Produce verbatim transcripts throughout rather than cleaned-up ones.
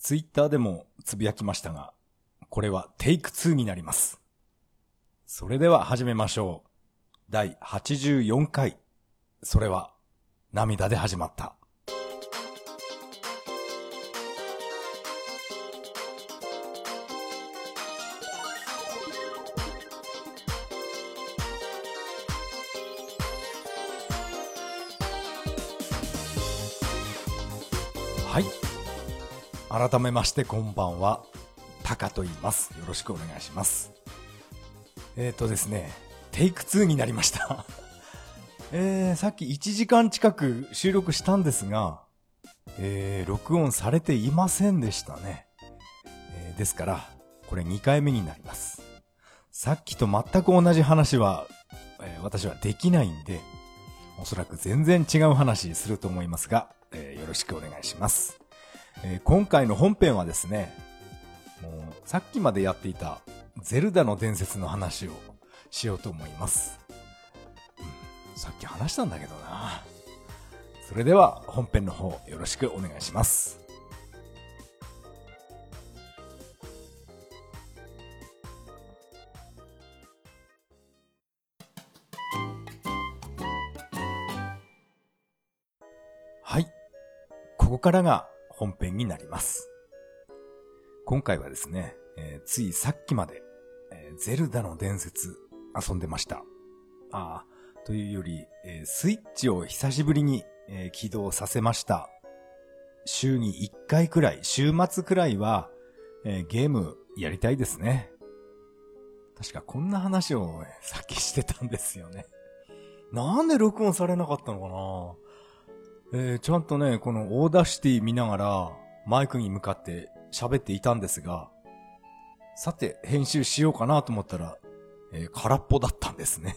ツイッターでもつぶやきましたが、これはテイクツーになります。それでは始めましょう。だいはちじゅうよんかい、それは涙で始まった。はい。改めましてこんばんは。タカと言います。よろしくお願いします。えーとですね、テイクツーになりました。えー、さっきいちじかん近く収録したんですが、えー、録音されていませんでしたね。えー、ですから、これにかいめになります。さっきと全く同じ話は、えー、私はできないんで、おそらく全然違う話すると思いますが、えー、よろしくお願いします。えー、今回の本編はですね、もうさっきまでやっていたゼルダの伝説の話をしようと思います。うん、さっき話したんだけどな。それでは本編の方よろしくお願いします。はい。ここからが本編になります。今回はですね、えー、ついさっきまで、えー、ゼルダの伝説遊んでました。ああ、というより、えー、スイッチを久しぶりに、えー、起動させました。週にいっかいくらい、週末くらいは、えー、ゲームやりたいですね。確かこんな話を、ね、さっきしてたんですよね。なんで録音されなかったのかな、えー、ちゃんとね、このオーダーシティ見ながらマイクに向かって喋っていたんですが、さて編集しようかなと思ったら、えー、空っぽだったんですね。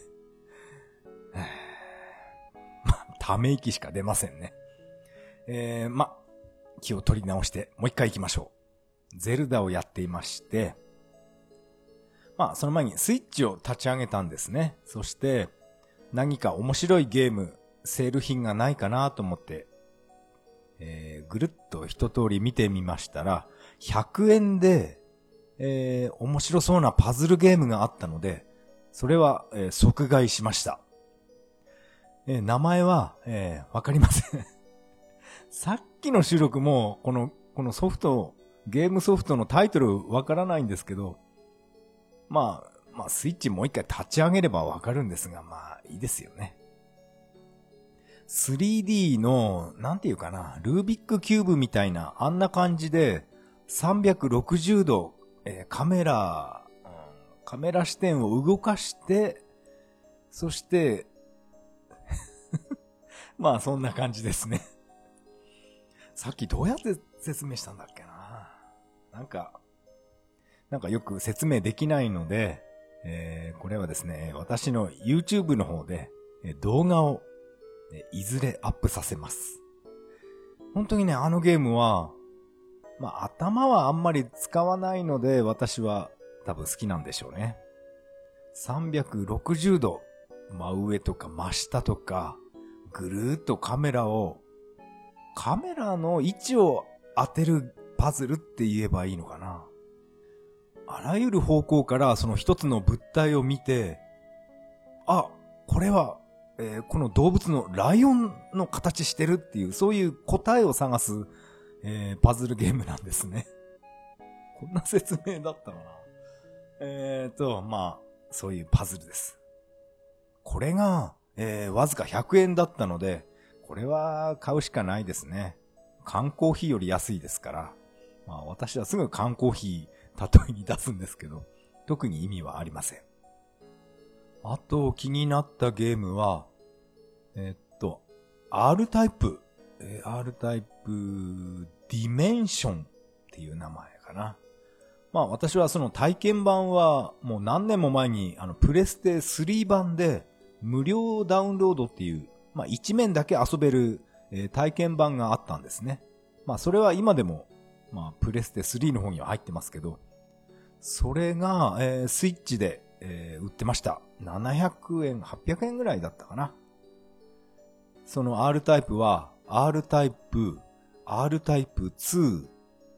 ま、ため息しか出ませんね。えー、ま、気を取り直してもう一回行きましょう。ゼルダをやっていまして、まあその前にスイッチを立ち上げたんですね。そして何か面白いゲーム、セール品がないかなと思って、えー、ぐるっと一通り見てみましたら、ひゃくえんで、えー、面白そうなパズルゲームがあったので、それは、えー、即買いしました。えー、名前は、えー、わかりません。さっきの収録も、この、このソフト、ゲームソフトのタイトルわからないんですけど、まあ、まあ、スイッチもう一回立ち上げればわかるんですが、まあ、いいですよね。スリーディー の、なんていうかな、ルービックキューブみたいな、あんな感じで、さんびゃくろくじゅうど、えー、カメラ、うん、カメラ視点を動かして、そして、まあそんな感じですね。さっきどうやって説明したんだっけな。なんか、なんかよく説明できないので、えー、これはですね、私の YouTube の方で動画をいずれアップさせます。本当にね、あのゲームは、まあ頭はあんまり使わないので私は多分好きなんでしょうね。さんびゃくろくじゅうど、真上とか真下とか、ぐるーっとカメラを、カメラの位置を当てるパズルって言えばいいのかな。あらゆる方向からその一つの物体を見て、あ、これは、えー、この動物のライオンの形してるっていう、そういう答えを探す、えー、パズルゲームなんですね。こんな説明だったかな。えーと、まあ、そういうパズルです。これが、えー、わずかひゃくえんだったので、これは買うしかないですね。缶コーヒーより安いですから。まあ私はすぐ缶コーヒー例えに出すんですけど、特に意味はありません。あと気になったゲームは、えっと、R タイプ、えー、R タイプディメンションっていう名前かな。まあ私はその体験版はもう何年も前にあのプレステスリー版で無料ダウンロードっていう、まあ一面だけ遊べる、えー、体験版があったんですね。まあそれは今でもまあプレステスリーの方には入ってますけど、それが、えー、スイッチで、えー、売ってました。ななひゃくえん、はっぴゃくえんぐらいだったかな。その R タイプは R タイプ、R タイプツー、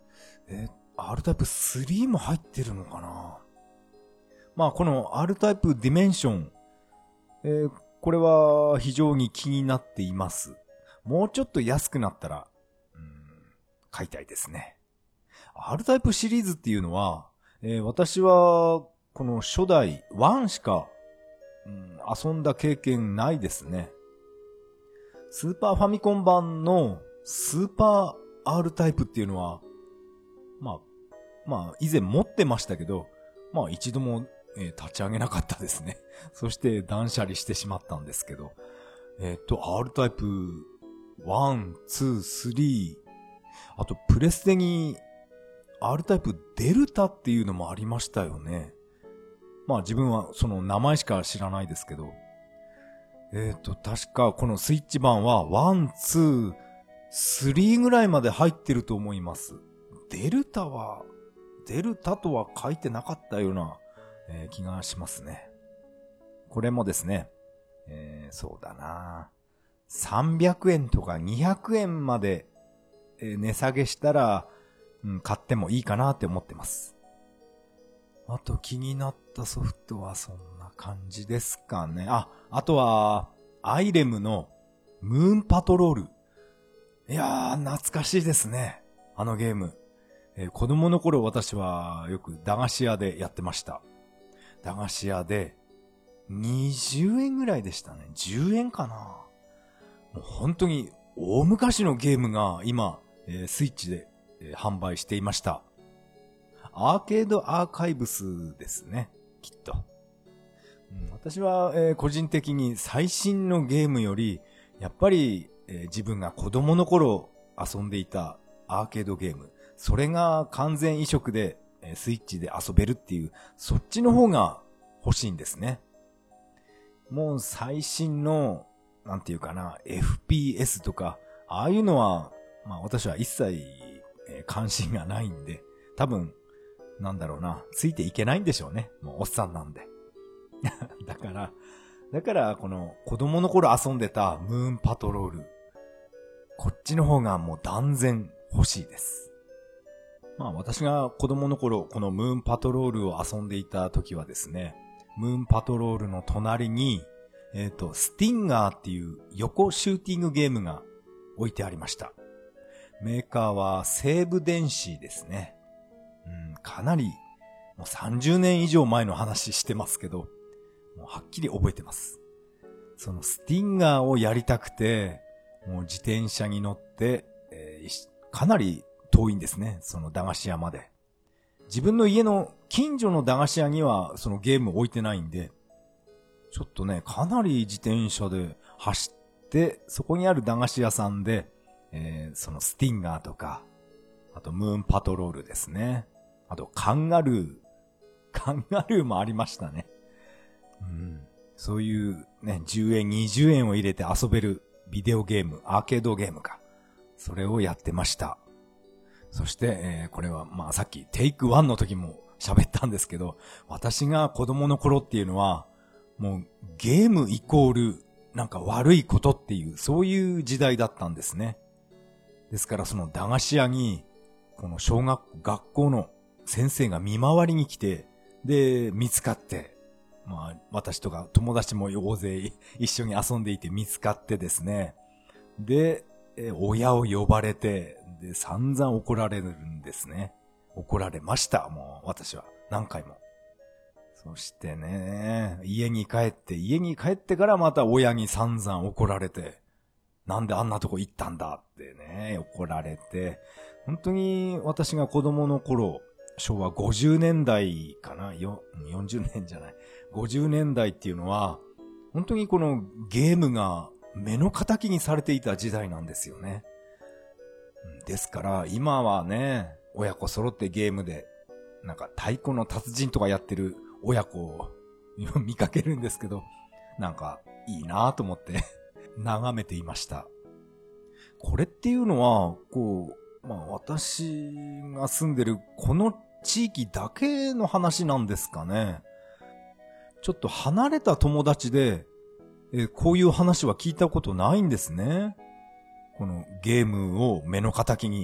えー、R タイプスリーも入ってるのかな。まあこの R タイプディメンション、えー、これは非常に気になっています。もうちょっと安くなったら、うーん、買いたいですね。R タイプシリーズっていうのは、えー、私はこの初代ワンしか、うん、遊んだ経験ないですね。スーパーファミコン版のスーパー R タイプっていうのは、まあ、まあ以前持ってましたけど、まあ一度も、えー、立ち上げなかったですね。そして断捨離してしまったんですけど、えっと R タイプワン、ツー、スリー、あとプレステに R タイプデルタっていうのもありましたよね。まあ自分はその名前しか知らないですけど、えっと確かこのスイッチ版はワン、ツー、スリーぐらいまで入ってると思います。デルタはデルタとは書いてなかったような、えー、気がしますね。これもですね、えー、そうだな、さんびゃくえんとかにひゃくえんまで、えー、値下げしたら、うん、買ってもいいかなって思ってます。あと気になったソフトはそんな感じですかね。あ、あとはアイレムのムーンパトロール。いやー懐かしいですね、あのゲーム。えー、子供の頃私はよく駄菓子屋でやってました。駄菓子屋でにじゅうえんぐらいでしたね。じゅうえんかな。もう本当に大昔のゲームが今、えー、スイッチで、えー、販売していました。アーケードアーカイブスですね、きっと。うん、私は、えー、個人的に最新のゲームよりやっぱり、えー、自分が子供の頃遊んでいたアーケードゲーム、それが完全移植で、えー、スイッチで遊べるっていう、そっちの方が欲しいんですね。もう最新のなんていうかな エフピーエス とかああいうのはまあ私は一切、えー、関心がないんで、多分なんだろうな、ついていけないんでしょうね。もうおっさんなんで。だから、だからこの子供の頃遊んでたムーンパトロール、こっちの方がもう断然欲しいです。まあ私が子供の頃このムーンパトロールを遊んでいた時はですね、ムーンパトロールの隣に、えっと、スティンガーっていう横シューティングゲームが置いてありました。メーカーは西武電子ですね。うん、かなりもうさんじゅうねん以上前の話してますけど、もうはっきり覚えてます。そのスティンガーをやりたくて、もう自転車に乗って、えー、かなり遠いんですね、その駄菓子屋まで。自分の家の近所の駄菓子屋にはそのゲーム置いてないんで、ちょっとね、かなり自転車で走って、そこにある駄菓子屋さんで、えー、そのスティンガーとか、あとムーンパトロールですね。あとカンガルー。カンガルーもありましたね。うん、そういうね、じゅうえん、にじゅうえんを入れて遊べるビデオゲーム、アーケードゲームか。それをやってました。そして、えー、これはまあさっきテイクワンの時も喋ったんですけど、私が子供の頃っていうのは、もうゲームイコールなんか悪いことっていう、そういう時代だったんですね。ですからその駄菓子屋に、この小学、学校の先生が見回りに来て、で、見つかって、まあ、私とか友達も大勢一緒に遊んでいて見つかってですね。で、親を呼ばれて、で、散々怒られるんですね。怒られました、もう私は。何回も。そしてね、家に帰って、家に帰ってからまた親に散々怒られて、なんであんなとこ行ったんだってね、怒られて、本当に私が子供の頃、しょうわごじゅうねんだいかな、よんじゅうねんじゃない。ごじゅうねんだいっていうのは、本当にこのゲームが目の敵にされていた時代なんですよね。ですから今はね、親子揃ってゲームで、なんか太鼓の達人とかやってる親子を見かけるんですけど、なんかいいなと思って眺めていました。これっていうのは、こう、まあ私が住んでるこの地域だけの話なんですかね。ちょっと離れた友達で、えこういう話は聞いたことないんですね。このゲームを目の敵に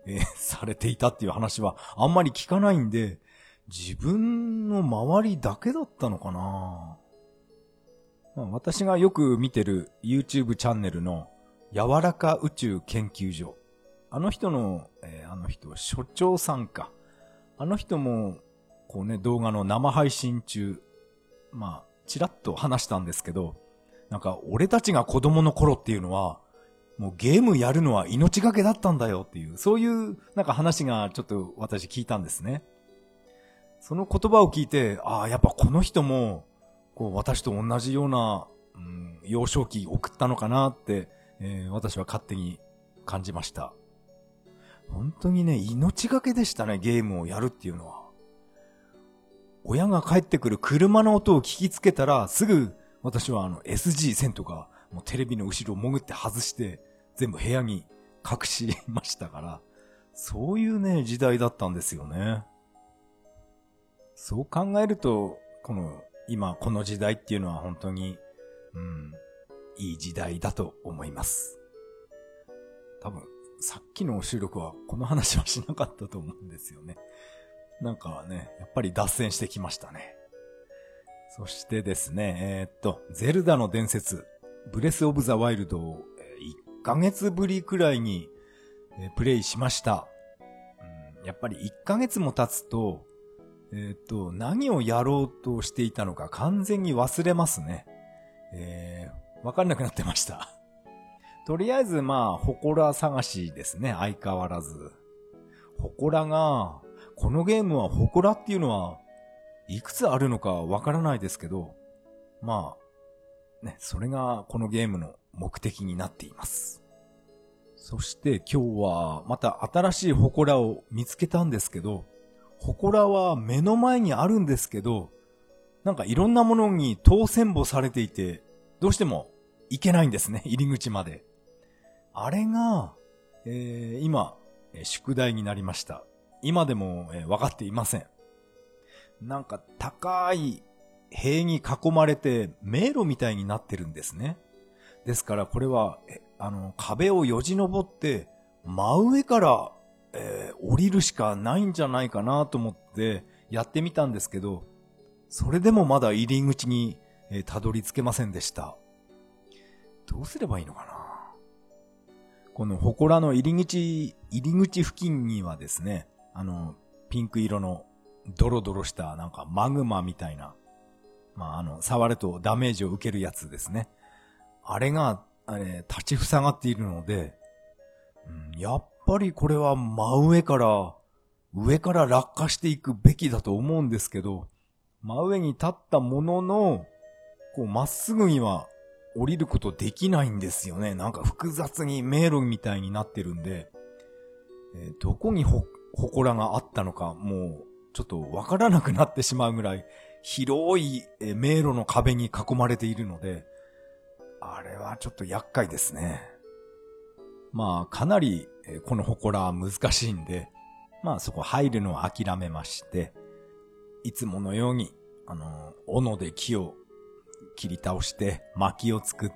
えー、されていたっていう話はあんまり聞かないんで、自分の周りだけだったのかな。まあ、私がよく見てる YouTube チャンネルの柔らか宇宙研究所。あの人の、えー、あの人、所長さんか。あの人も、こうね、動画の生配信中、まあ、ちらっと話したんですけど、なんか、俺たちが子供の頃っていうのは、もうゲームやるのは命がけだったんだよっていう、そういうなんか話がちょっと私聞いたんですね。その言葉を聞いて、ああ、やっぱこの人も、こう私と同じような、うん、幼少期送ったのかなって、えー、私は勝手に感じました。本当にね、命がけでしたね、ゲームをやるっていうのは。親が帰ってくる車の音を聞きつけたら、すぐ私はあの エスジーせん とか、もうテレビの後ろを潜って外して、全部部屋に隠しましたから、そういうね、時代だったんですよね。そう考えると、この、今この時代っていうのは本当に、うん、いい時代だと思います。多分、さっきの収録はこの話はしなかったと思うんですよね。なんかね、やっぱり脱線してきましたね。そしてですね、えー、っと、ゼルダの伝説、ブレスオブザワイルドをいっかげつぶりくらいにプレイしました。うん、やっぱりいっかげつも経つと、えー、っと、何をやろうとしていたのか完全に忘れますね。えー、わかんなくなってました。とりあえずまあ、祠探しですね、相変わらず。祠が、このゲームは祠っていうのはいくつあるのかわからないですけど、まあ、ね、それがこのゲームの目的になっています。そして今日はまた新しい祠を見つけたんですけど、祠は目の前にあるんですけど、なんかいろんなものに当選簿されていて、どうしても行けないんですね、入り口まで。あれが、えー、今、宿題になりました。今でも、えー、分かっていません。なんか高い塀に囲まれて迷路みたいになってるんですね。ですからこれは、えあの、壁をよじ登って真上から、えー、降りるしかないんじゃないかなと思ってやってみたんですけど、それでもまだ入り口に、えー、たどり着けませんでした。どうすればいいのかな。この祠の入り口、入り口付近にはですね、あの、ピンク色のドロドロしたなんかマグマみたいな、まああの、触るとダメージを受けるやつですね。あれが、あれ、立ちふさがっているので、うん、やっぱりこれは真上から、上から落下していくべきだと思うんですけど、真上に立ったものの、こうまっすぐには降りることできないんですよね。なんか複雑に迷路みたいになってるんで、えー、どこにほ、祠があったのか、もうちょっとわからなくなってしまうぐらい、広い迷路の壁に囲まれているので、あれはちょっと厄介ですね。まあ、かなりこの祠は難しいんで、まあそこ入るのを諦めまして、いつものように、あの、斧で木を切り倒して、薪を作って、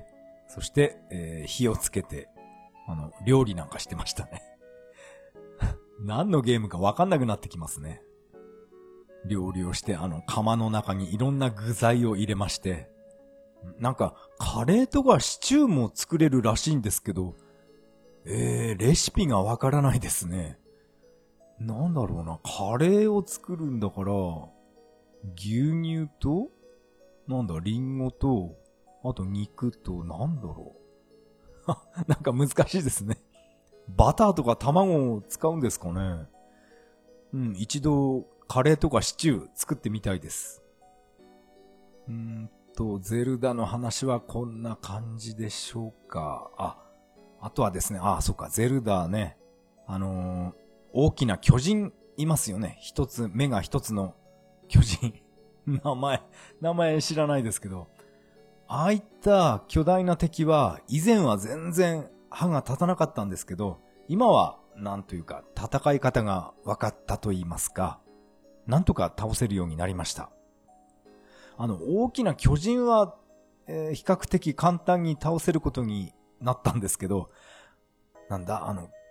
そして、えー、火をつけて、あの、料理なんかしてましたね。何のゲームかわかんなくなってきますね。料理をして、あの、釜の中にいろんな具材を入れまして、なんか、カレーとかシチューも作れるらしいんですけど、えー、レシピがわからないですね。なんだろうな、カレーを作るんだから、牛乳と、なんだ、リンゴと、あと肉と、なんだろう。なんか難しいですね。バターとか卵を使うんですかね。うん、一度、カレーとかシチュー作ってみたいです。うーんと、ゼルダの話はこんな感じでしょうか。あ、あとはですね、あ、そっか、ゼルダね。あのー、大きな巨人いますよね。一つ、目が一つの巨人。名前、名前知らないですけど。ああいった巨大な敵は、以前は全然歯が立たなかったんですけど、今は、なんというか、戦い方が分かったと言いますか、なんとか倒せるようになりました。あの、大きな巨人は、えー、比較的簡単に倒せることになったんですけど、なんだ、あの、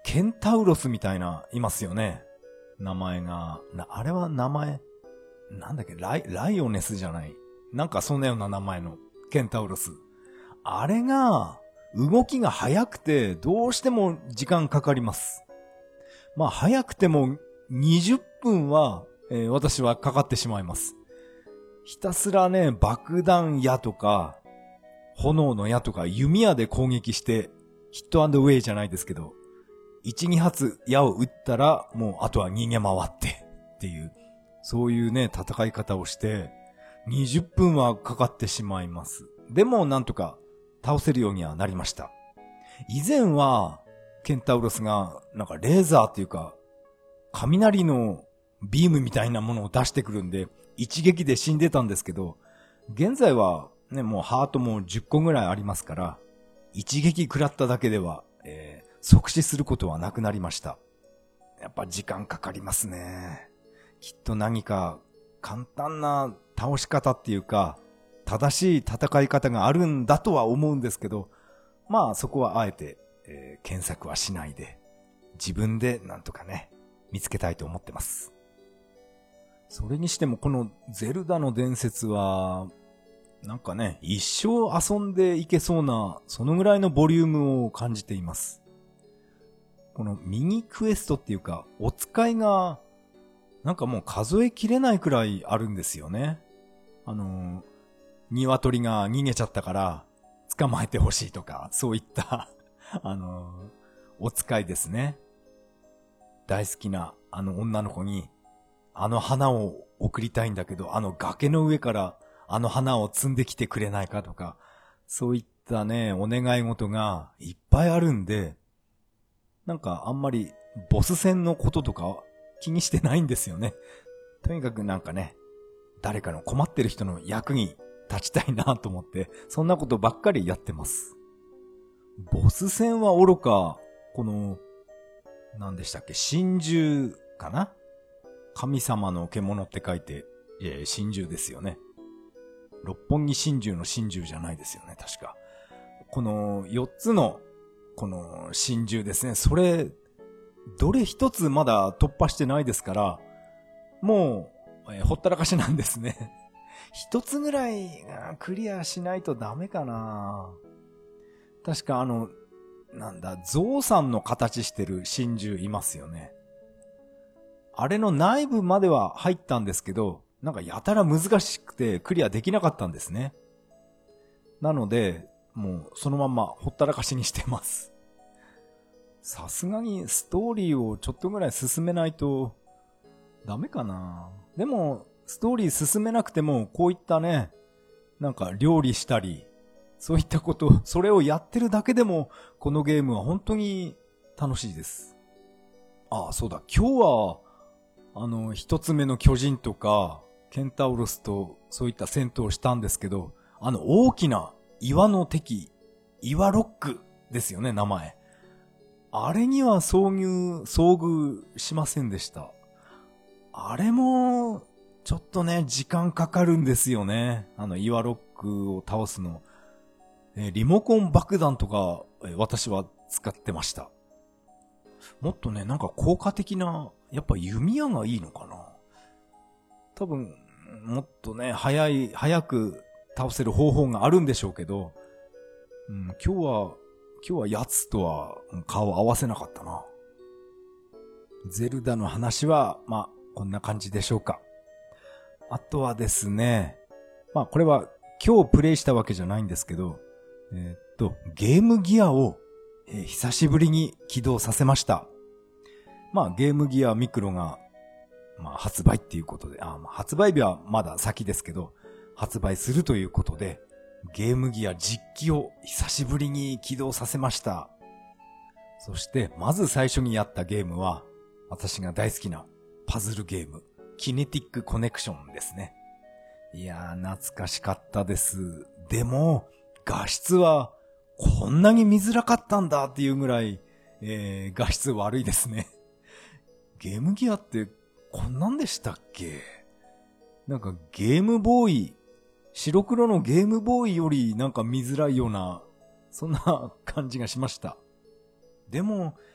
ケンタウロスみたいな、いますよね。名前が、な、あれは名前、なんだっけ、ライ、ライオネスじゃない。なんかそんなような名前のケンタウロス。あれが、動きが速くて、どうしても時間かかります。まあ、早くてもにじゅっぷんは、えー、私はかかってしまいます。ひたすらね、爆弾矢とか、炎の矢とか弓矢で攻撃して、ヒットアンドウェイじゃないですけど、いち、に発矢を撃ったら、もうあとは逃げ回ってっていう、そういうね、戦い方をして、にじゅっぷんはかかってしまいます。でもなんとか倒せるようにはなりました。以前は、ケンタウロスが、なんかレーザーっていうか、雷のビームみたいなものを出してくるんで、一撃で死んでたんですけど、現在はね、もうハートもじゅっこぐらいありますから、一撃食らっただけでは、えー、即死することはなくなりました。やっぱ時間かかりますね。きっと何か簡単な倒し方っていうか、正しい戦い方があるんだとは思うんですけど、まあそこはあえて、えー、検索はしないで、自分でなんとかね、見つけたいと思ってます。それにしてもこのゼルダの伝説は、なんかね、一生遊んでいけそうな、そのぐらいのボリュームを感じています。このミニクエストっていうか、お使いが、なんかもう数えきれないくらいあるんですよね。あの、鶏が逃げちゃったから、捕まえてほしいとか、そういった、あの、お使いですね。大好きなあの女の子に、あの花を送りたいんだけど、あの崖の上からあの花を摘んできてくれないかとか、そういったね、お願い事がいっぱいあるんで、なんかあんまりボス戦のこととか気にしてないんですよね。とにかくなんかね、誰かの困ってる人の役に立ちたいなと思って、そんなことばっかりやってます。ボス戦は愚か、この、何でしたっけ、神獣かな？神様の獣って書いて、いやいや神獣ですよね。六本木神獣の神獣じゃないですよね、確か。このよっつの、この神獣ですね。それ、どれ一つまだ突破してないですから、もう、えー、ほったらかしなんですね。一つぐらいクリアしないとダメかな。確かあの、なんだ、ゾウさんの形してる神獣いますよね。あれの内部までは入ったんですけど、なんかやたら難しくてクリアできなかったんですね。なので、もうそのまんまほったらかしにしてます。さすがにストーリーをちょっとぐらい進めないとダメかな。でも、ストーリー進めなくてもこういったね、なんか料理したり、そういったこと、それをやってるだけでもこのゲームは本当に楽しいです。ああ、そうだ。今日は、あの、一つ目の巨人とか、ケンタウロスとそういった戦闘をしたんですけど、あの大きな岩の敵、岩ロックですよね、名前。あれには遭遇、遭遇しませんでした。あれも、ちょっとね、時間かかるんですよね。あの岩ロックを倒すの。えリモコン爆弾とか、え私は使ってました。もっとね、なんか効果的な、やっぱ弓矢がいいのかな。多分、もっとね、早い、早く倒せる方法があるんでしょうけど、うん、今日は、今日はやつとは顔合わせなかったな。ゼルダの話は、まあ、こんな感じでしょうか。あとはですね、まあ、これは今日プレイしたわけじゃないんですけど、えー、っと、ゲームギアを、えー、久しぶりに起動させました。まあ、ゲームギアミクロが、まあ、発売っていうことで、あ、まあ、発売日はまだ先ですけど、発売するということで、ゲームギア実機を久しぶりに起動させました。そして、まず最初にやったゲームは、私が大好きなパズルゲーム、キネティックコネクションですね。いやー、懐かしかったです。でも、画質はこんなに見づらかったんだっていうぐらい、えー、画質悪いですね。ゲームギアってこんなんでしたっけ？なんかゲームボーイ、白黒のゲームボーイよりなんか見づらいような、そんな感じがしました。でも、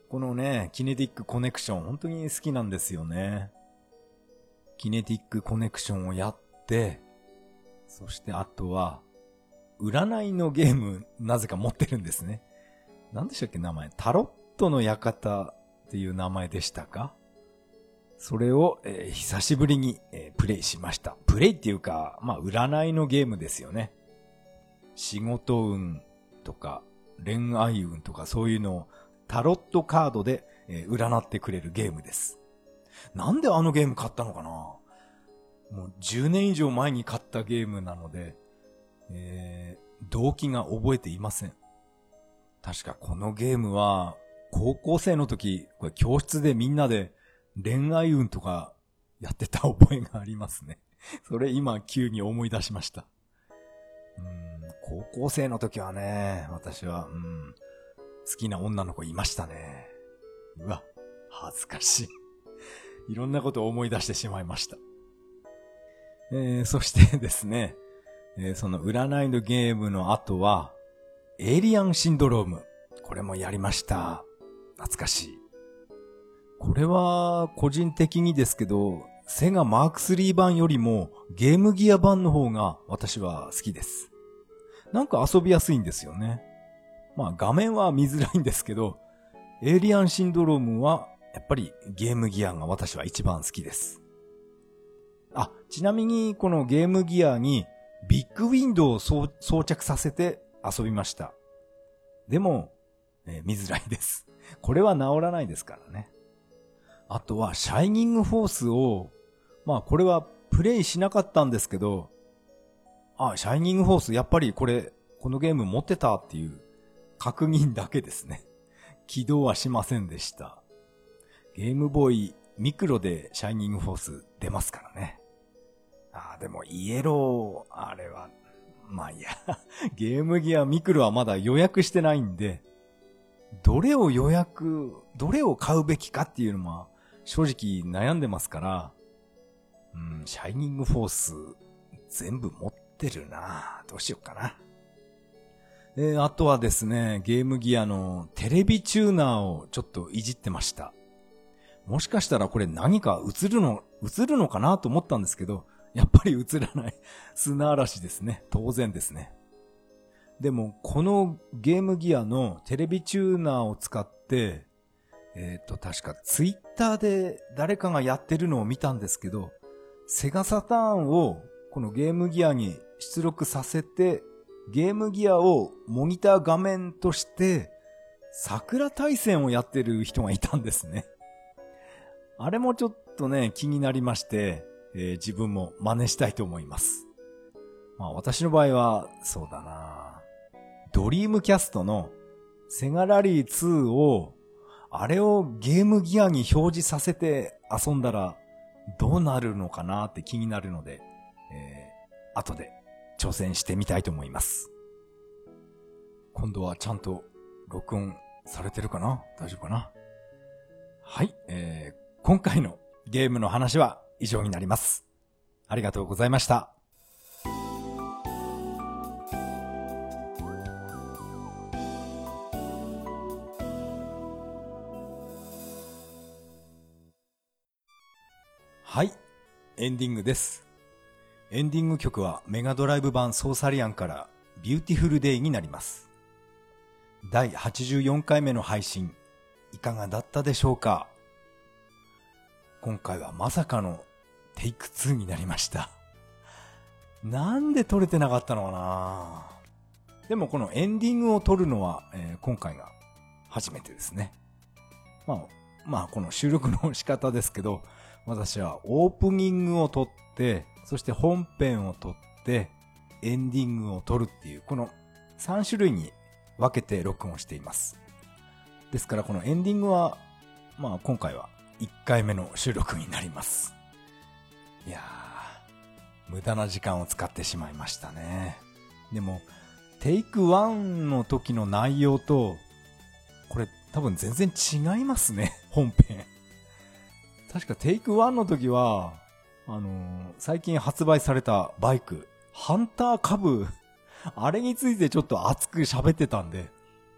このね、キネティックコネクション、本当に好きなんですよね。キネティックコネクションをやって、そしてあとは、占いのゲーム、なぜか持ってるんですね。何でしたっけ名前。タロットの館っていう名前でしたか？それを、えー、久しぶりに、えー、プレイしました。プレイっていうか、まあ占いのゲームですよね。仕事運とか恋愛運とかそういうのをタロットカードで、えー、占ってくれるゲームです。なんであのゲーム買ったのかな？もうじゅうねん以上前に買ったゲームなので、えー、動機が覚えていません。確かこのゲームは高校生の時、これ教室でみんなで恋愛運とかやってた覚えがありますね。それ今急に思い出しました。うーん、高校生の時はね、私は、うん、好きな女の子いましたね。うわ、恥ずかしい。いろんなことを思い出してしまいました。えー、そしてですね、えー、その占いのゲームの後は、エイリアンシンドローム。これもやりました。懐かしい。これは個人的にですけど、セガマークスリー版よりもゲームギア版の方が私は好きです。なんか遊びやすいんですよね。まあ画面は見づらいんですけど、エイリアンシンドロームはやっぱりゲームギアが私は一番好きです。あ、ちなみにこのゲームギアにビッグウィンドウを装着させて遊びました。でも、えー、見づらいです。これは治らないですからね。あとはシャイニングフォースを、まあこれはプレイしなかったんですけど、あ、シャイニングフォースやっぱりこれ、このゲーム持ってたっていう確認だけですね。起動はしませんでした。ゲームボーイミクロでシャイニングフォース出ますからね。あ、でもイエロー、あれは、まあいいや。ゲームギアミクロはまだ予約してないんで、どれを予約、どれを買うべきかっていうのも正直悩んでますから、うん、シャイニングフォース全部持ってるな。どうしようかな。えー、あとはですね、ゲームギアのテレビチューナーをちょっといじってました。もしかしたらこれ何か映るの、映るのかなと思ったんですけど、やっぱり映らない砂嵐ですね。当然ですね。でもこのゲームギアのテレビチューナーを使って、えっと確かツイッターで誰かがやってるのを見たんですけど、セガサターンをこのゲームギアに出力させて、ゲームギアをモニター画面として桜大戦をやってる人がいたんですね。あれもちょっとね気になりまして、えー、自分も真似したいと思います。まあ私の場合はそうだな、ドリームキャストのセガラリーツーをあれをゲームギアに表示させて遊んだらどうなるのかなって気になるので、えー、後で挑戦してみたいと思います。今度はちゃんと録音されてるかな？大丈夫かな？はい、えー、今回のゲームの話は以上になります。ありがとうございました。はい、エンディングです。エンディング曲はメガドライブ版ソーサリアンからビューティフルデイになります。だいはちじゅうよんかいめの配信、いかがだったでしょうか？今回はまさかのテイクツーになりました。なんで撮れてなかったのかな？でもこのエンディングを撮るのは、えー、今回が初めてですね。まあ、まあこの収録の仕方ですけど、私はオープニングを撮って、そして本編を撮って、エンディングを撮るっていう、このさん種類に分けて録音しています。ですからこのエンディングは、まあ今回はいっかいめの収録になります。いやー、無駄な時間を使ってしまいましたね。でも、テイクワンの時の内容と、これ多分全然違いますね、本編。確かテイクワンの時は、あのー、最近発売されたバイク、ハンターカブ、あれについてちょっと熱く喋ってたんで、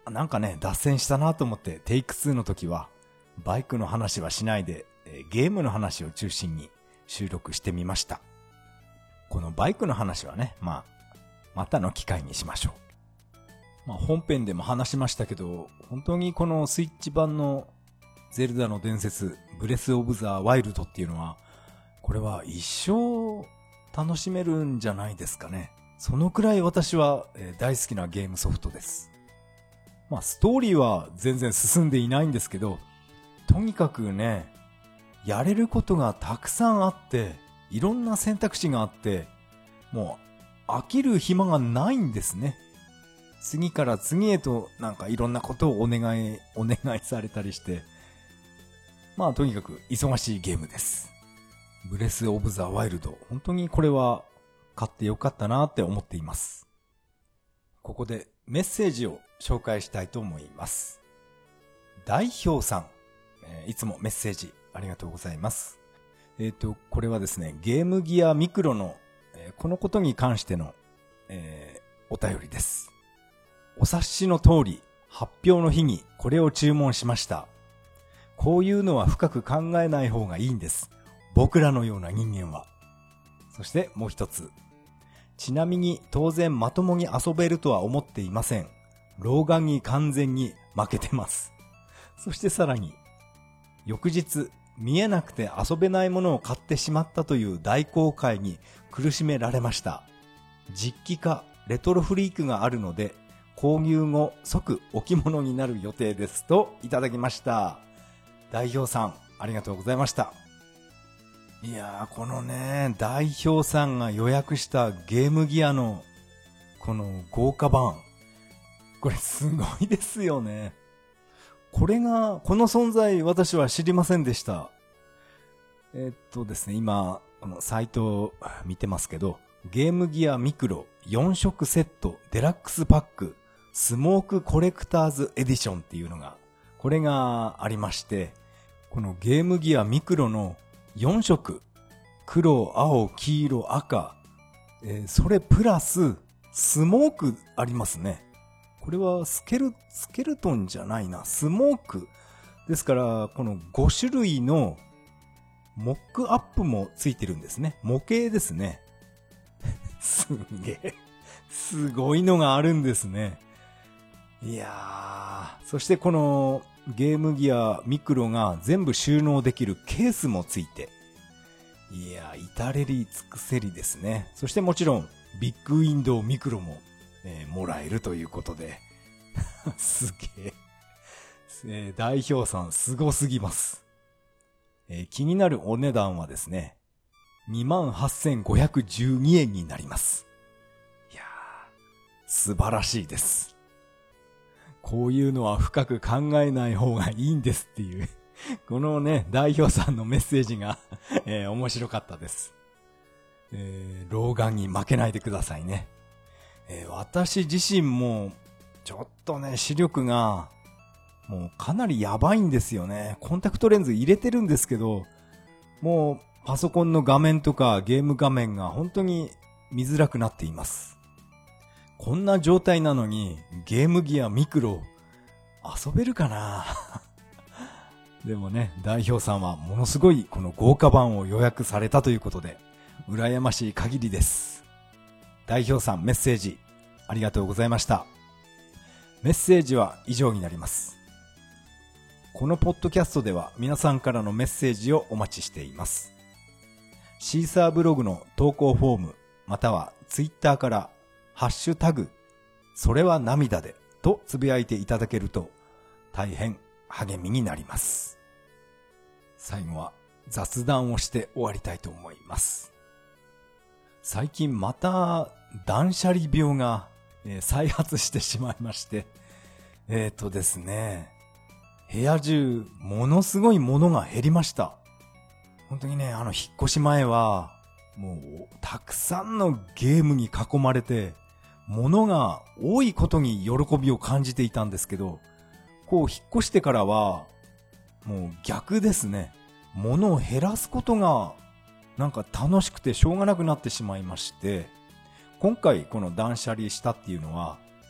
なんかね、脱線したなと思ってテイクツーの時はバイクの話はしないで、えー、ゲームの話を中心に収録してみました。このバイクの話はね、まあ、またの機会にしましょう。まあ本編でも話しましたけど、本当にこのスイッチ版のゼルダの伝説、ブレスオブザワイルドっていうのは、これは一生楽しめるんじゃないですかね。そのくらい私は大好きなゲームソフトです。まあストーリーは全然進んでいないんですけど、とにかくね、やれることがたくさんあって、いろんな選択肢があって、もう飽きる暇がないんですね。次から次へとなんかいろんなことをお願い、お願いされたりして、まあとにかく忙しいゲームです。ブレスオブザワイルド、本当にこれは買ってよかったなって思っています。ここでメッセージを紹介したいと思います。代表さん、えー、いつもメッセージありがとうございます。えっと、これはですね、ゲームギアミクロの、えー、このことに関しての、えー、お便りです。お察しの通り、発表の日にこれを注文しました。こういうのは深く考えない方がいいんです。僕らのような人間は。そしてもう一つ。ちなみに当然まともに遊べるとは思っていません。老眼に完全に負けてます。そしてさらに、翌日、見えなくて遊べないものを買ってしまったという大後悔に苦しめられました。実機化、レトロフリークがあるので、購入後即置物になる予定ですといただきました。代表さん、ありがとうございました。いやー、このね、代表さんが予約したゲームギアのこの豪華版、これすごいですよね。これが、この存在私は知りませんでした。えー、っとですね、今、このサイトを見てますけど、ゲームギアミクロよん色セットデラックスパックスモークコレクターズエディションっていうのが、これがありまして、このゲームギアミクロのよん色、黒、青、黄色、赤、えー、それプラススモークありますね。これはスケル、スケルトンじゃないな、スモーク。ですから、このご種類のモックアップもついてるんですね。模型ですね。すげえ。すごいのがあるんですね。いやー。そしてこのゲームギアミクロが全部収納できるケースもついて。いやー、至れり尽くせりですね。そしてもちろんビッグウィンドウミクロも、えー、もらえるということで。すげえ。えー、代表さんすごすぎます。えー、気になるお値段はですね、にまんはっせんごひゃくじゅうにえんになります。いやー、素晴らしいです。こういうのは深く考えない方がいいんですっていう、このね、代表さんのメッセージが、えー、面白かったです。えー、老眼に負けないでくださいね。えー、私自身も、ちょっとね、視力が、もうかなりやばいんですよね。コンタクトレンズ入れてるんですけど、もうパソコンの画面とかゲーム画面が本当に見づらくなっています。こんな状態なのにゲームギアミクロ遊べるかなでもね、代表さんはものすごいこの豪華版を予約されたということで、羨ましい限りです。代表さん、メッセージありがとうございました。メッセージは以上になります。このポッドキャストでは皆さんからのメッセージをお待ちしています。シーサーブログの投稿フォームまたはツイッターからハッシュタグそれは涙でとつぶやいていただけると大変励みになります。最後は雑談をして終わりたいと思います。最近また断捨離病が、えー、再発してしまいまして、えーとですね、部屋中ものすごいものが減りました。本当にね、あの引っ越し前はもうたくさんのゲームに囲まれて物が多いことに喜びを感じていたんですけど、こう引っ越してからはもう逆ですね。物を減らすことがなんか楽しくてしょうがなくなってしまいまして、今回この断捨離したっていうのは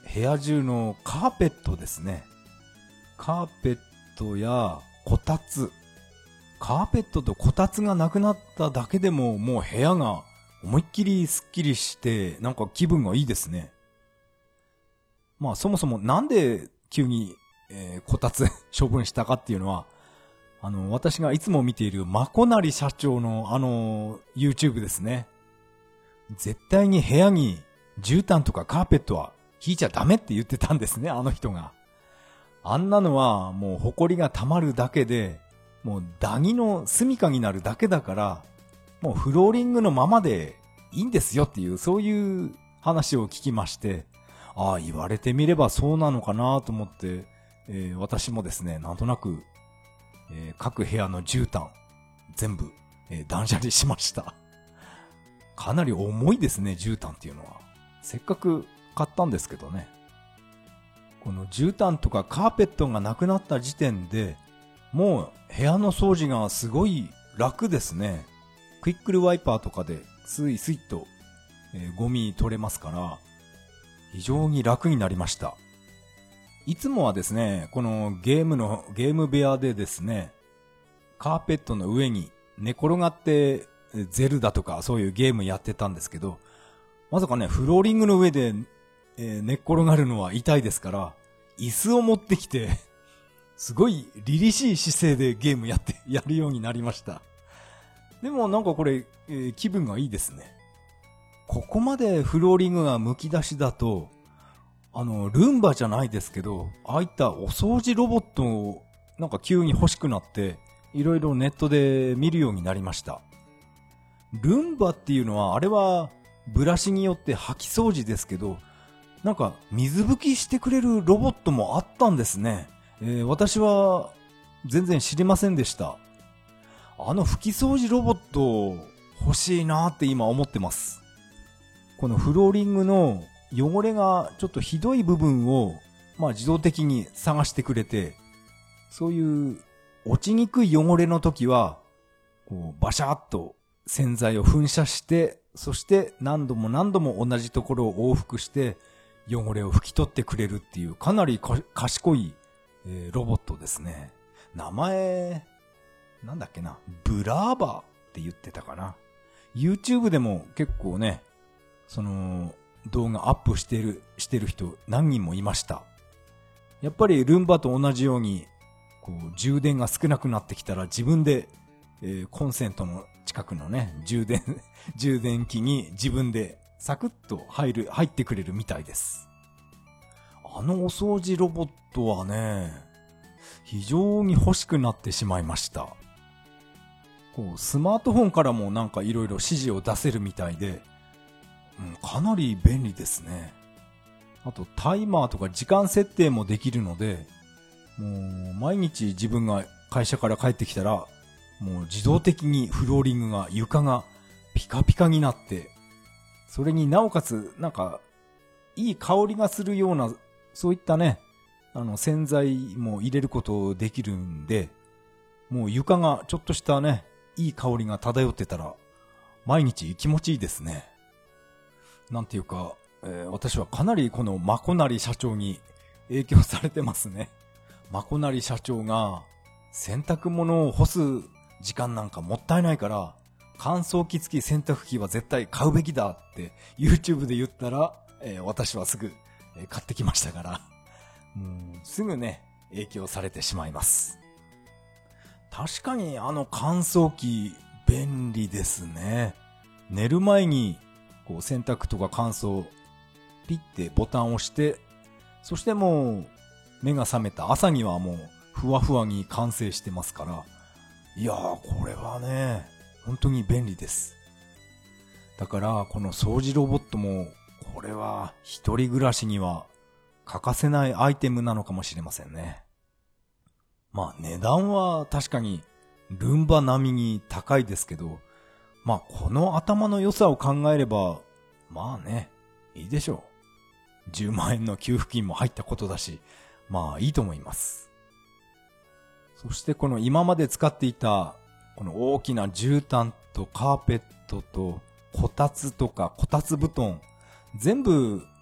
部屋中のカーペットですね。カーペットやこたつ。カーペットとこたつがなくなっただけでももう部屋が思いっきりスッキリしてなんか気分がいいですね。まあそもそもなんで急に、えー、こたつ処分したかっていうのは、あの私がいつも見ているまこなり社長のあの YouTube ですね。絶対に部屋に絨毯とかカーペットは引いちゃダメって言ってたんですね、あの人が。あんなのはもう埃が溜まるだけで、もうダニの住処になるだけだから、もうフローリングのままでいいんですよっていう、そういう話を聞きまして、ああ、言われてみればそうなのかなと思って、えー、私もですね、なんとなく、えー、各部屋の絨毯、全部、えー、断捨離しました。かなり重いですね、絨毯っていうのは。せっかく買ったんですけどね。この絨毯とかカーペットがなくなった時点で、もう部屋の掃除がすごい楽ですね。クイックルワイパーとかでスイスイと、えー、ゴミ取れますから、非常に楽になりました。いつもはですね、このゲームの、ゲーム部屋でですね、カーペットの上に寝転がってゼルダとかそういうゲームやってたんですけど、まさかね、フローリングの上で、えー、寝っ転がるのは痛いですから、椅子を持ってきて、すごい凛々しい姿勢でゲームやって、やるようになりました。でもなんかこれ、えー、気分がいいですね。ここまでフローリングが剥き出しだと、あの、ルンバじゃないですけど、ああいったお掃除ロボットをなんか急に欲しくなって、いろいろネットで見るようになりました。ルンバっていうのは、あれはブラシによって掃き掃除ですけど、なんか水拭きしてくれるロボットもあったんですね。えー、私は全然知りませんでした。あの拭き掃除ロボット欲しいなって今思ってます。このフローリングの汚れがちょっとひどい部分を、まあ自動的に探してくれて、そういう落ちにくい汚れの時は、こうバシャッと洗剤を噴射して、そして何度も何度も同じところを往復して汚れを拭き取ってくれるっていうかなり賢い、えー、ロボットですね。名前、なんだっけな、ブラーバーって言ってたかな。YouTube でも結構ね、その動画アップしてる、してる人何人もいました。やっぱりルンバと同じように、こう充電が少なくなってきたら自分で、えー、コンセントの近くのね、充電、充電器に自分でサクッと入る、入ってくれるみたいです。あのお掃除ロボットはね、非常に欲しくなってしまいました。こうスマートフォンからもなんかいろいろ指示を出せるみたいで、うん、かなり便利ですね。あとタイマーとか時間設定もできるので、もう毎日自分が会社から帰ってきたら、もう自動的にフローリングが床がピカピカになって、それになおかつなんかいい香りがするような、そういったね、あの洗剤も入れることできるんで、もう床がちょっとしたね、いい香りが漂ってたら毎日気持ちいいですね。なんていうか、えー、私はかなりこのまこなり社長に影響されてますね。まこなり社長が洗濯物を干す時間なんかもったいないから乾燥機付き洗濯機は絶対買うべきだって YouTube で言ったら、えー、私はすぐ、えー、買ってきましたから、もうすぐね影響されてしまいます。確かにあの乾燥機便利ですね。寝る前にこう洗濯とか乾燥ピッてボタンを押して、そしてもう目が覚めた朝にはもうふわふわに完成してますから、いやーこれはね本当に便利です。だからこの掃除ロボットもこれは一人暮らしには欠かせないアイテムなのかもしれませんね。まあ値段は確かにルンバ並みに高いですけど、まあこの頭の良さを考えればまあねいいでしょう。じゅうまんえんの給付金も入ったことだし、まあいいと思います。そしてこの今まで使っていたこの大きな絨毯とカーペットとこたつとかこたつ布団、全部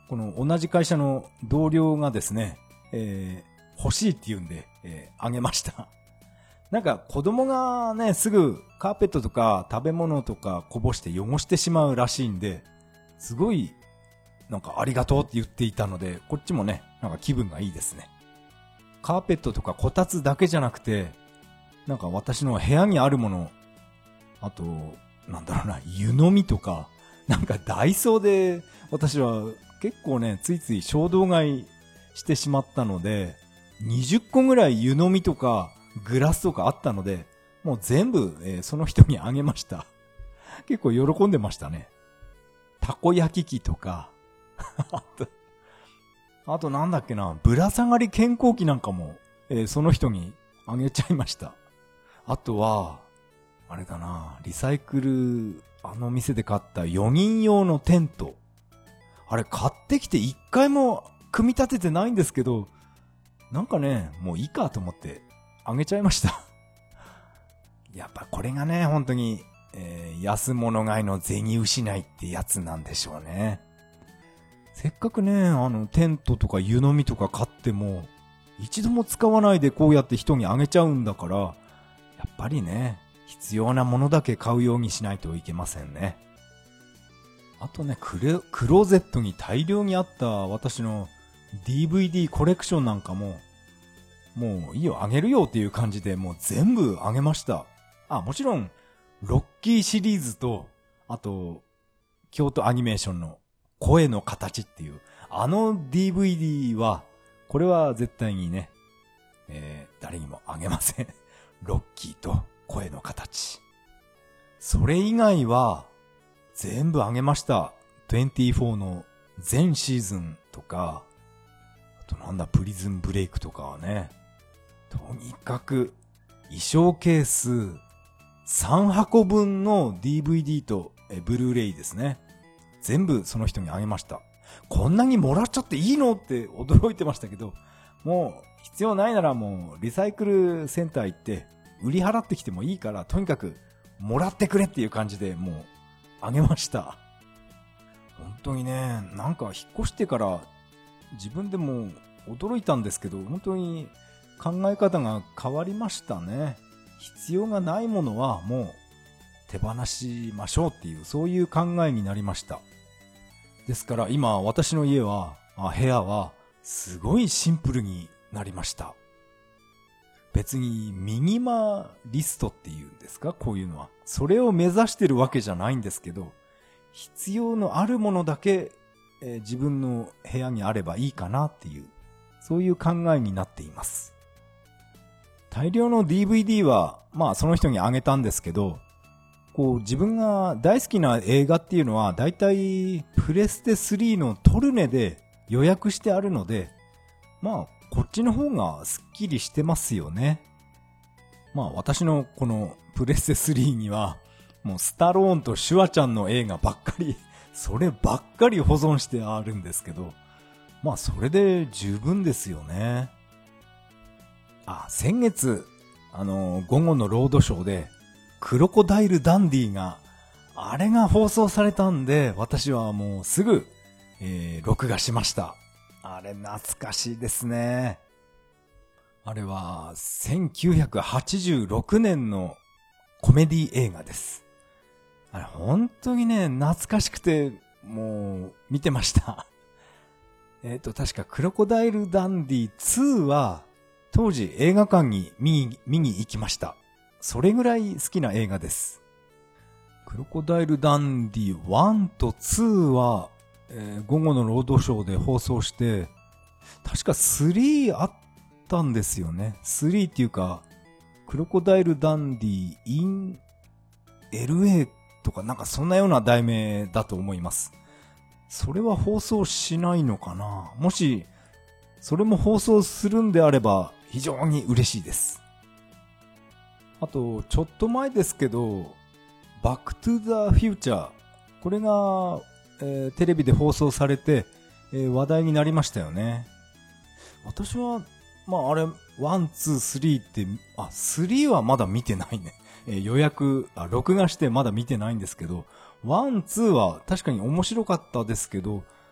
この同じ会社の同僚がですね、えー、欲しいって言うんで、えー、あげました。なんか子供がね、すぐカーペットとか食べ物とかこぼして汚してしまうらしいんで、すごいなんかありがとうって言っていたので、こっちもね、なんか気分がいいですね。カーペットとかこたつだけじゃなくて、なんか私の部屋にあるもの、あと、なんだろうな、湯飲みとか、なんかダイソーで私は結構ね、ついつい衝動買いしてしまったので、にじゅっこぐらい湯飲みとかグラスとかあったので、もう全部、えー、その人にあげました。結構喜んでましたね。たこ焼き器とか、あと、あとなんだっけな、ぶら下がり健康器なんかも、えー、その人にあげちゃいました。あとは、あれだな、リサイクル、あの店で買ったよにん用のテント。あれ買ってきて一回も組み立ててないんですけど、なんかね、もういいかと思ってあげちゃいました。やっぱこれがね、本当に、えー、安物買いの銭失いってやつなんでしょうね。せっかくね、あのテントとか湯飲みとか買っても、一度も使わないでこうやって人にあげちゃうんだから、やっぱりね、必要なものだけ買うようにしないといけませんね。あとね、クレ、クローゼットに大量にあった私の ディーブイディー コレクションなんかも、もういいよ、あげるよっていう感じでもう全部あげました。あ、もちろん、ロッキーシリーズと、あと、京都アニメーションの声の形っていう、あの ディーブイディー は、これは絶対にね、えー、誰にもあげません。ロッキーと声の形。それ以外は、全部あげました。にじゅうよんの全シーズンとか、あとなんだ、プリズンブレイクとかはね、とにかく、衣装ケース、さんはこぶんの ディーブイディー とえブルーレイですね。全部その人にあげました。こんなにもらっちゃっていいのって驚いてましたけど、もう必要ないならもうリサイクルセンター行って売り払ってきてもいいから、とにかくもらってくれっていう感じでもうあげました。本当にね、なんか引っ越してから自分でも驚いたんですけど、本当に考え方が変わりましたね。必要がないものはもう手放しましょうっていう、そういう考えになりました。ですから今私の家は、あ、部屋はすごいシンプルになりました。別にミニマリストっていうんですか、こういうのは。それを目指してるわけじゃないんですけど、必要のあるものだけ、えー、自分の部屋にあればいいかなっていう、そういう考えになっています。大量の ディーブイディー は、まあその人にあげたんですけど、こう自分が大好きな映画っていうのはだいたいプレステスリーのトルネで予約してあるので、まあこっちの方がスッキリしてますよね。まあ私のこのプレステスリーにはもうスタローンとシュワちゃんの映画ばっかり、そればっかり保存してあるんですけど、まあそれで十分ですよね。あ、先月、あの、午後のロードショーで、クロコダイルダンディが、あれが放送されたんで、私はもうすぐ、えー、録画しました。あれ懐かしいですね。あれは、せんきゅうひゃくはちじゅうろくねんのコメディ映画です。あれ本当にね、懐かしくて、もう、見てました。えっと、確かクロコダイルダンディツーは、当時映画館に見に、見に行きました。それぐらい好きな映画です。クロコダイルダンディワンとツーは、えー、午後のロードショーで放送して、確かスリーあったんですよね。スリーっていうか、クロコダイルダンディ in エルエー とかなんかそんなような題名だと思います。それは放送しないのかな。もし、それも放送するんであれば非常に嬉しいです。あと、ちょっと前ですけど、バックトゥザフューチャー。これが、えー、テレビで放送されて、えー、話題になりましたよね。私は、まああれ、ワン、ツー、スリーって、あ、スリーはまだ見てないね。えー、予約、あ、録画してまだ見てないんですけど、ワン、ツーは確かに面白かったですけど、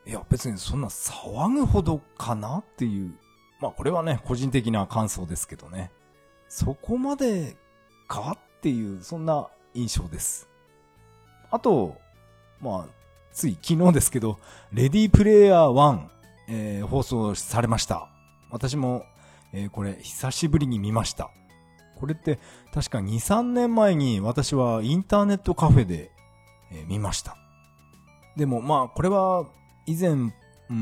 いや別にそんな騒ぐほどかなっていう、まあこれはね個人的な感想ですけどね、そこまでかっていうそんな印象です。あとまあつい昨日ですけどレディープレイヤーワン、えー、放送されました。私も、えー、これ久しぶりに見ました。これって確かに、さんねんまえに私はインターネットカフェで、えー、見ました。でもまあこれは以前、うん、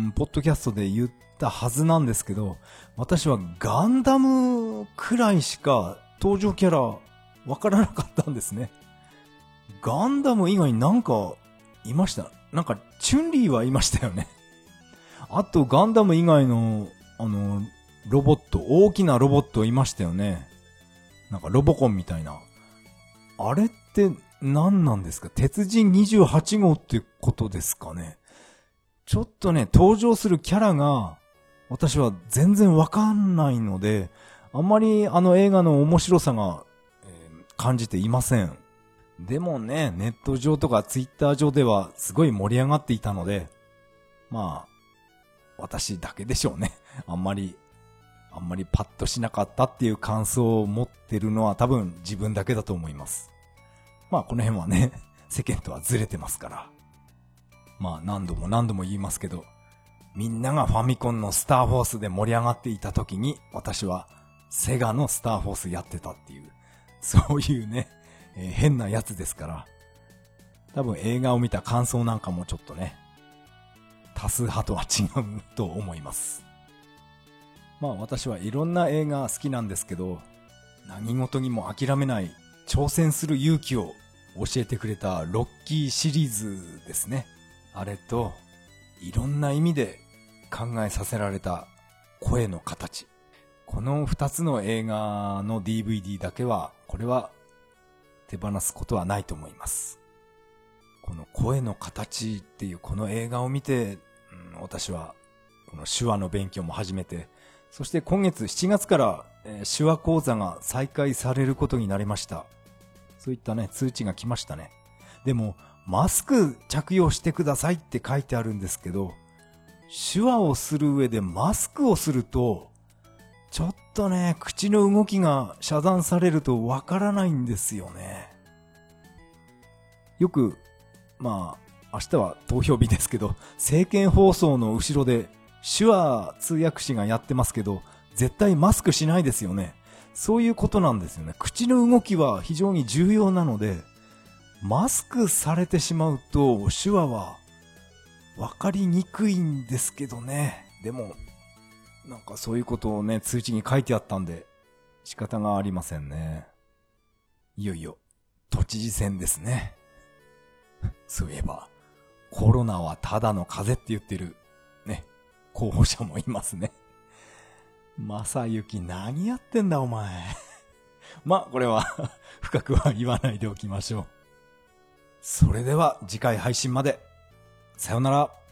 ポッドキャストで言ったはずなんですけど、私はガンダムくらいしか登場キャラわからなかったんですね。ガンダム以外になんかいました。なんかチュンリーはいましたよね。あとガンダム以外のあのロボット、大きなロボットいましたよね。なんかロボコンみたいな。あれって何なんですか？鉄人にじゅうはち号ってことですかね。ちょっとね、登場するキャラが私は全然わかんないので、あんまりあの映画の面白さが、えー、感じていません。でもね、ネット上とかツイッター上ではすごい盛り上がっていたので、まあ、私だけでしょうね。あんまり、あんまりパッとしなかったっていう感想を持ってるのは多分自分だけだと思います。まあこの辺はね、世間とはずれてますから。まあ何度も何度も言いますけど、みんながファミコンのスターフォースで盛り上がっていた時に、私はセガのスターフォースやってたっていう、そういうね、えー、変なやつですから、多分映画を見た感想なんかもちょっとね、多数派とは違うと思います。まあ私はいろんな映画好きなんですけど、何事にも諦めない挑戦する勇気を教えてくれたロッキーシリーズですね。あれといろんな意味で考えさせられた声の形。この二つの映画の ディーブイディー だけは、これは手放すことはないと思います。この声の形っていうこの映画を見て、うん、私はこの手話の勉強も始めて、そして今月しちがつから、えー、手話講座が再開されることになりました。そういったね、通知が来ましたね。でも、マスク着用してくださいって書いてあるんですけど、手話をする上でマスクをすると、ちょっとね、口の動きが遮断されるとわからないんですよね。よく、まあ、明日は投票日ですけど、政見放送の後ろで手話通訳士がやってますけど、絶対マスクしないですよね。そういうことなんですよね。口の動きは非常に重要なので、マスクされてしまうと手話は分かりにくいんですけどね。でも、なんかそういうことをね、通知に書いてあったんで、仕方がありませんね。いよいよ、都知事選ですね。そういえば、コロナはただの風邪って言ってる、ね、候補者もいますね。まさゆき何やってんだお前。まあ、これは深くは言わないでおきましょう。それでは次回配信まで。さよなら。